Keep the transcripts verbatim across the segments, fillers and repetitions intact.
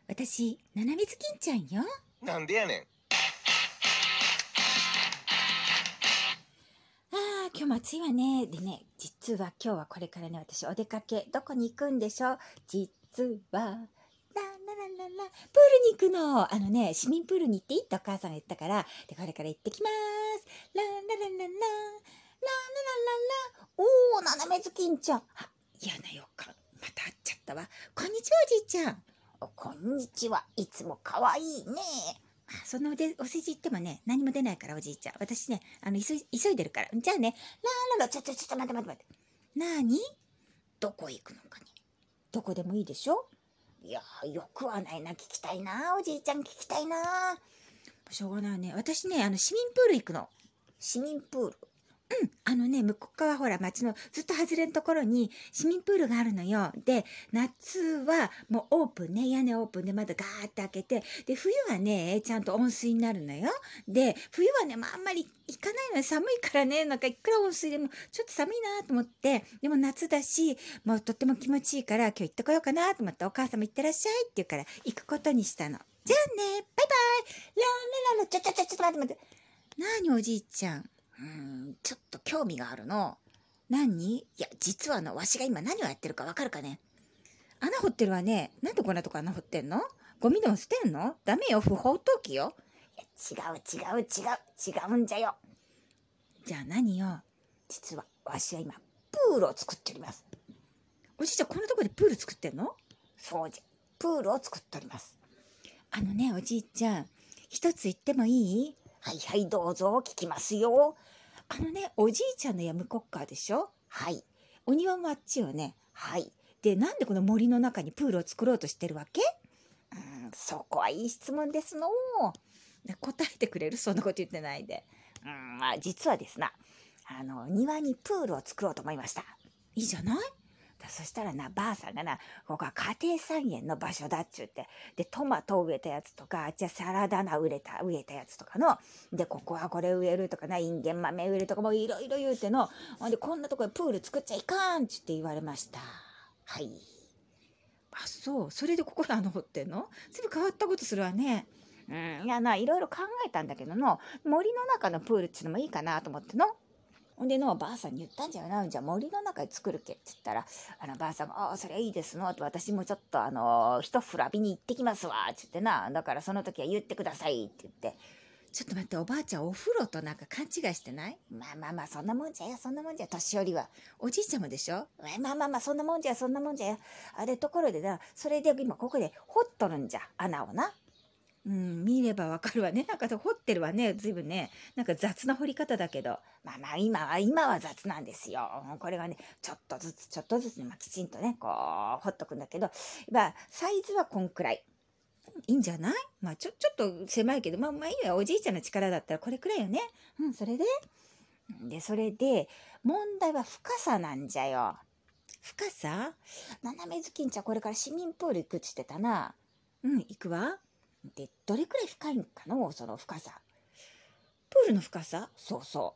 私、七水金ちゃんよ。 なんでやねん。 ああ、今日も暑いわね。でね、実は今日はこれからね、私お出かけ、どこに行くんでしょう。実は、ラララララ、プールに行くの。あのね、市民プールに行っていいってお母さんが言ったから、で、これから行ってきます。ラララララ、ラララララ、おー、斜めずきんちゃん。あ、嫌な予感。また会っちゃったわ。こんにちは、おじいちゃん。お、こんにちは。いつもかわいいね。あ、そのお世辞言ってもね、何も出ないから、おじいちゃん。私ね、あの、急い、急いでるから。じゃあね、ラーララ、ちょ、ちょ、ちょっと待って待って待って。なに？どこ行くのかね。どこでもいいでしょ？いやー、よくはないな。聞きたいな。おじいちゃん聞きたいな。しょうがないね。私ね、あの、市民プール行くの。市民プール。うん、あのね、向こう側ほら、町のずっと外れのところに市民プールがあるのよ。で、夏はもうオープンね、屋根オープンで窓ガーって開けて、で、冬はね、ちゃんと温水になるのよ。で、冬はね、まあ、あんまり行かないのよ。寒いからね、なんかいくら温水でもちょっと寒いなと思って、でも夏だし、もうとっても気持ちいいから、今日行ってこようかなと思って、お母さんも行ってらっしゃいって言うから、行くことにしたの。じゃあね、バイバイ。ランラララ、ちょちょちょちょっと待って待って。なにおじいちゃん。うーん、ちょっと興味があるの。何？いや、実はあの、わしが今何をやってるかわかるかね。穴掘ってるわね。なんでこんなとこ穴掘ってんの？ゴミでも捨てんの？ダメよ、不法投棄よ。いや、違う違う違う、違うんじゃよ。じゃあ何よ。実はわしは今、プールを作っております。おじいちゃん、こんなとこでプール作ってんの？そうじゃ、プールを作っております。あのね、おじいちゃん、一つ言ってもいい？はいはい、どうぞ、聞きますよ。あのね、おじいちゃんの家向こっ側でしょ？はい。お庭もあっちよね？はい。で、なんでこの森の中にプールを作ろうとしてるわけ？うん、そこはいい質問ですの。答えてくれる？そんなこと言ってないで。うん、まあ、実はですな、あの、庭にプールを作ろうと思いました。いいじゃない？そしたらな、ばあさんがな、ここは家庭菜園の場所だっちゅって、で、トマトを植えたやつとか、じゃあサラダ菜植えた、植えたやつとかの、で、ここはこれ植えるとかな、インゲン豆植えるとかもいろいろ言うての、ほんで、こんなとこでプール作っちゃいかんっちって言われました。はい。あ、そう。それでここで穴掘ってんの？全部変わったことするわね。うん、いやな、いろいろ考えたんだけどの、森の中のプールっちゅうのもいいかなと思っての。ほんでの、ばあさんに言ったんじゃよな。じゃあ森の中で作るけって言ったら、あのばあさんが、ああ、それいいですの。と私もちょっとあの、一風呂浴びに行ってきますわ。って言ってな。だからその時は言ってくださいって言って。ちょっと待って、おばあちゃんお風呂となんか勘違いしてない？まあまあまあ、そんなもんじゃよ、そんなもんじゃよ、年寄りは。おじいちゃまでしょ？まあまあまあ、そんなもんじゃよ、そんなもんじゃよ。あれ、ところでな、それで今ここで掘っとるんじゃ、穴をな。うん、見ればわかるわね。なんか掘ってるわね。ずいぶんね。なんか雑な掘り方だけど。まあまあ、今は、今は雑なんですよ。これがね、ちょっとずつ、ちょっとずつね、まあ、きちんとね、こう、掘っとくんだけど、まあ、サイズはこんくらい。いいんじゃない？まあ、ちょ、ちょっと狭いけど、まあまあいいわ。おじいちゃんの力だったらこれくらいよね。うん、それでで、それで、問題は深さなんじゃよ。深さ？斜めずきんちゃんこれから市民プール行くっつってたな。うん、行くわ。で、どれくらい深いんかの？その深さ。プールの深さ？そうそう。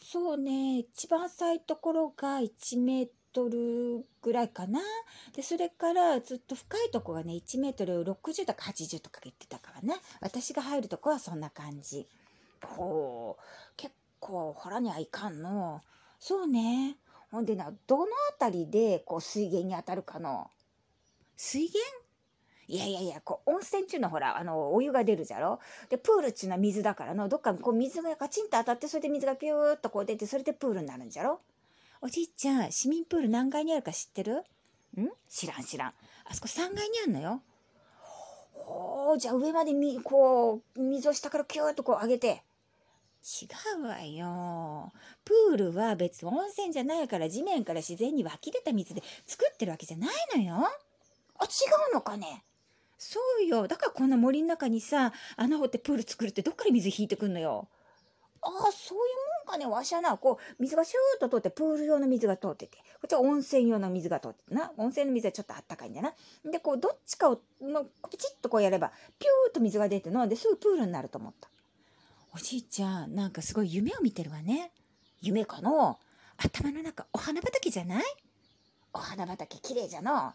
そうね、一番浅いところがいちメートルぐらいかな。で、それからずっと深いとこがね、いちメートルろくじゅうとかはちじゅうとか言ってたからね。私が入るとこはそんな感じ。ほう、結構掘らにはいかんの。そうね。ほんでな、どのあたりでこう水源に当たるかの？水源？いやいやいや、こう温泉っちゅうのはほら、あの、お湯が出るじゃろ。で、プールっちゅうのは水だからの、どっかこう水がカチンと当たって、それで水がピューっとこう出て、それでプールになるんじゃろ。おじいちゃん、市民プール何階にあるか知ってる？ん？知らん知らん。あそこさんがいにあんのよ。ほう、じゃあ上までみ、こう、水を下からキューッとこう上げて。違うわよ。プールは別に温泉じゃないから地面から自然に湧き出た水で作ってるわけじゃないのよ。あ、違うのかね。そうよ。だからこんな森の中にさ、穴掘ってプール作るってどっから水引いてくんのよ。ああ、そういうもんかね。わしゃな、こう、水がシューッと通って、プール用の水が通ってて、こっちは温泉用の水が通っててな。温泉の水はちょっとあったかいんだな。で、こう、どっちかを、の、ピチッとこうやれば、ピューッと水が出ての、で、すぐプールになると思った。おじいちゃん、なんかすごい夢を見てるわね。夢かの？頭の中、お花畑じゃない？お花畑綺麗じゃの？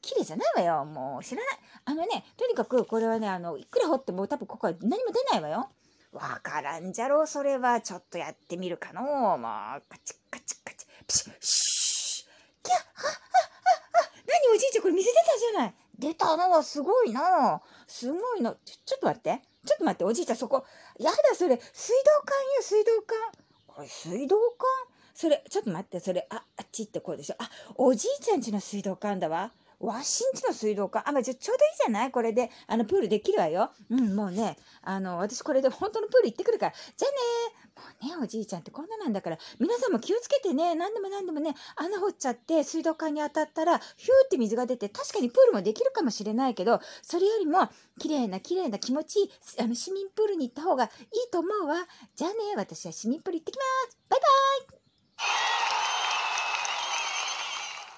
綺麗じゃないわよ。もう知らない。あのね、とにかくこれはね、あの、いくら掘っても多分ここは何も出ないわよ。わからんじゃろう、それは。ちょっとやってみるかのう。もう、カチッカチッカチッ。プシュッ、シュッ。キャッ、はっ、はっ、はっ、はっ。何おじいちゃん、これ水出たじゃない。出たのはすごいな。すごいの。ちょ、ちょっと待って。ちょっと待って、おじいちゃん、そこ。やだ、それ。水道管よ、水道管。これ、水道管それ、ちょっと待って、それ、あ、あっち行ってこうでしょ。あ、おじいちゃんちの水道管だわ。わしんちの水道管。あ、まあ、じゃ、ちょうどいいじゃないこれで、あの、プールできるわよ。うん、もうね、あの、私これで本当のプール行ってくるから。じゃあね。もうね、おじいちゃんってこんななんだから、皆さんも気をつけてね、何でも何でもね、穴掘っちゃって水道管に当たったら、ヒューって水が出て、確かにプールもできるかもしれないけど、それよりも、綺麗な綺麗な気持ちいい、あの、市民プールに行った方がいいと思うわ。じゃあね、私は市民プール行ってきます。バイバイ。